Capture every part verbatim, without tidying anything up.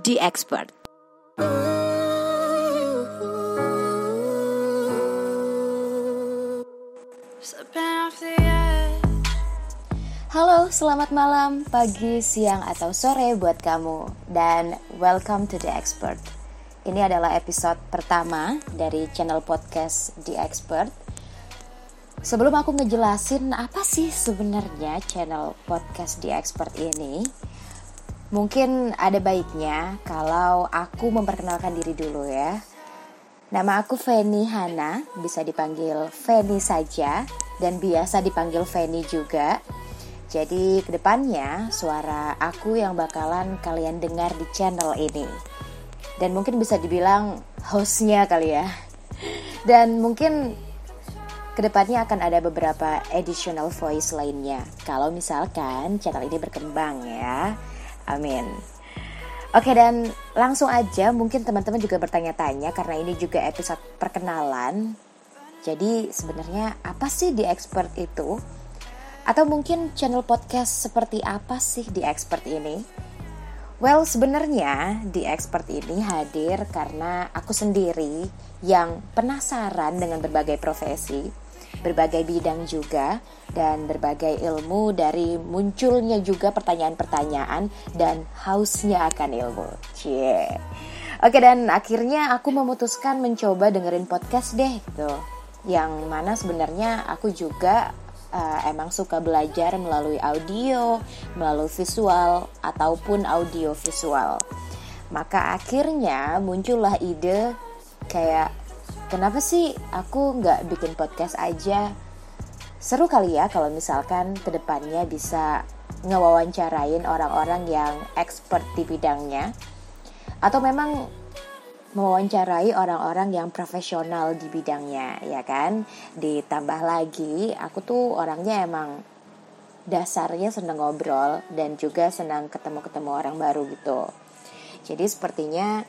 The Expert. Halo, selamat malam, pagi, siang, atau sore buat kamu. Dan welcome to The Expert. Ini adalah episode pertama dari channel podcast The Expert. Sebelum aku ngejelasin apa sih sebenarnya channel podcast The Expert ini, mungkin ada baiknya kalau aku memperkenalkan diri dulu ya. Nama aku Feni Hana, bisa dipanggil Feni saja, dan biasa dipanggil Feni juga. Jadi kedepannya suara aku yang bakalan kalian dengar di channel ini. Dan mungkin bisa dibilang hostnya kali ya. Dan mungkin kedepannya akan ada beberapa additional voice lainnya, kalau misalkan channel ini berkembang ya. Amin. Oke, dan langsung aja, mungkin teman-teman juga bertanya-tanya karena ini juga episode perkenalan. Jadi sebenarnya apa sih The Expert itu? Atau mungkin channel podcast seperti apa sih The Expert ini? Well, sebenarnya The Expert ini hadir karena aku sendiri yang penasaran dengan berbagai profesi, berbagai bidang juga, dan berbagai ilmu dari munculnya juga pertanyaan-pertanyaan dan hausnya akan ilmu. Cie. Oke, dan akhirnya aku memutuskan mencoba dengerin podcast deh gitu. Yang mana sebenarnya aku juga uh, emang suka belajar melalui audio, melalui visual, ataupun audio visual. Maka akhirnya muncullah ide kayak, kenapa sih aku gak bikin podcast aja? Seru kali ya kalau misalkan kedepannya bisa ngewawancarain orang-orang yang expert di bidangnya, atau memang mewawancarai orang-orang yang profesional di bidangnya, ya kan? Ditambah lagi, aku tuh orangnya emang dasarnya senang ngobrol dan juga senang ketemu-ketemu orang baru gitu. Jadi sepertinya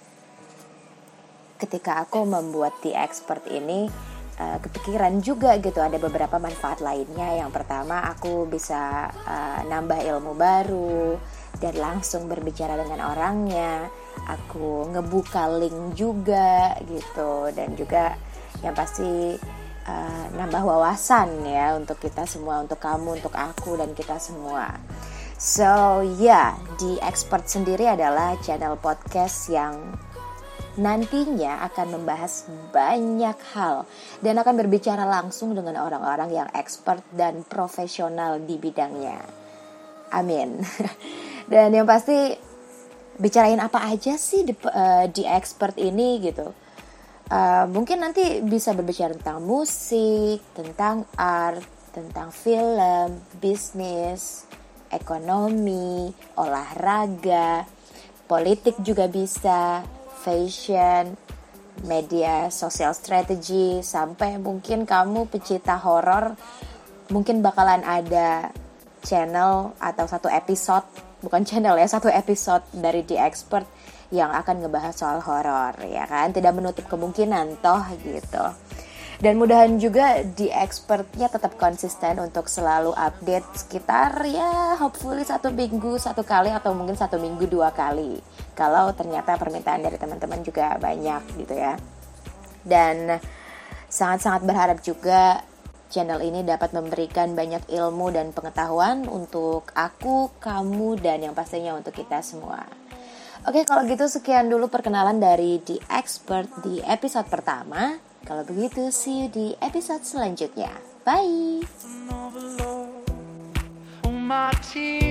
ketika aku membuat The Expert ini, uh, kepikiran juga gitu ada beberapa manfaat lainnya. Yang pertama, aku bisa uh, nambah ilmu baru dan langsung berbicara dengan orangnya. Aku ngebuka link juga gitu, dan juga yang pasti uh, nambah wawasan ya untuk kita semua, untuk kamu, untuk aku, dan kita semua. So ya, yeah, The Expert sendiri adalah channel podcast yang nantinya akan membahas banyak hal dan akan berbicara langsung dengan orang-orang yang expert dan profesional di bidangnya. Amin. Dan yang pasti bicarain apa aja sih di, uh, di Expert ini gitu. Uh, mungkin nanti bisa berbicara tentang musik, tentang art, tentang film, bisnis, ekonomi, olahraga, politik juga bisa, fashion, media sosial strategy, sampai mungkin kamu pecinta horor, mungkin bakalan ada channel atau satu episode, bukan channel ya, satu episode dari The Expert yang akan ngebahas soal horor, ya kan? Tidak menutup kemungkinan toh gitu. Dan mudahan juga The Expert-nya tetap konsisten untuk selalu update sekitar ya hopefully satu minggu satu kali atau mungkin satu minggu dua kali. Kalau ternyata permintaan dari teman-teman juga banyak gitu ya. Dan sangat-sangat berharap juga channel ini dapat memberikan banyak ilmu dan pengetahuan untuk aku, kamu, dan yang pastinya untuk kita semua. Oke, kalau gitu sekian dulu perkenalan dari The Expert di episode pertama. Kalau begitu, see you di episode selanjutnya. Bye!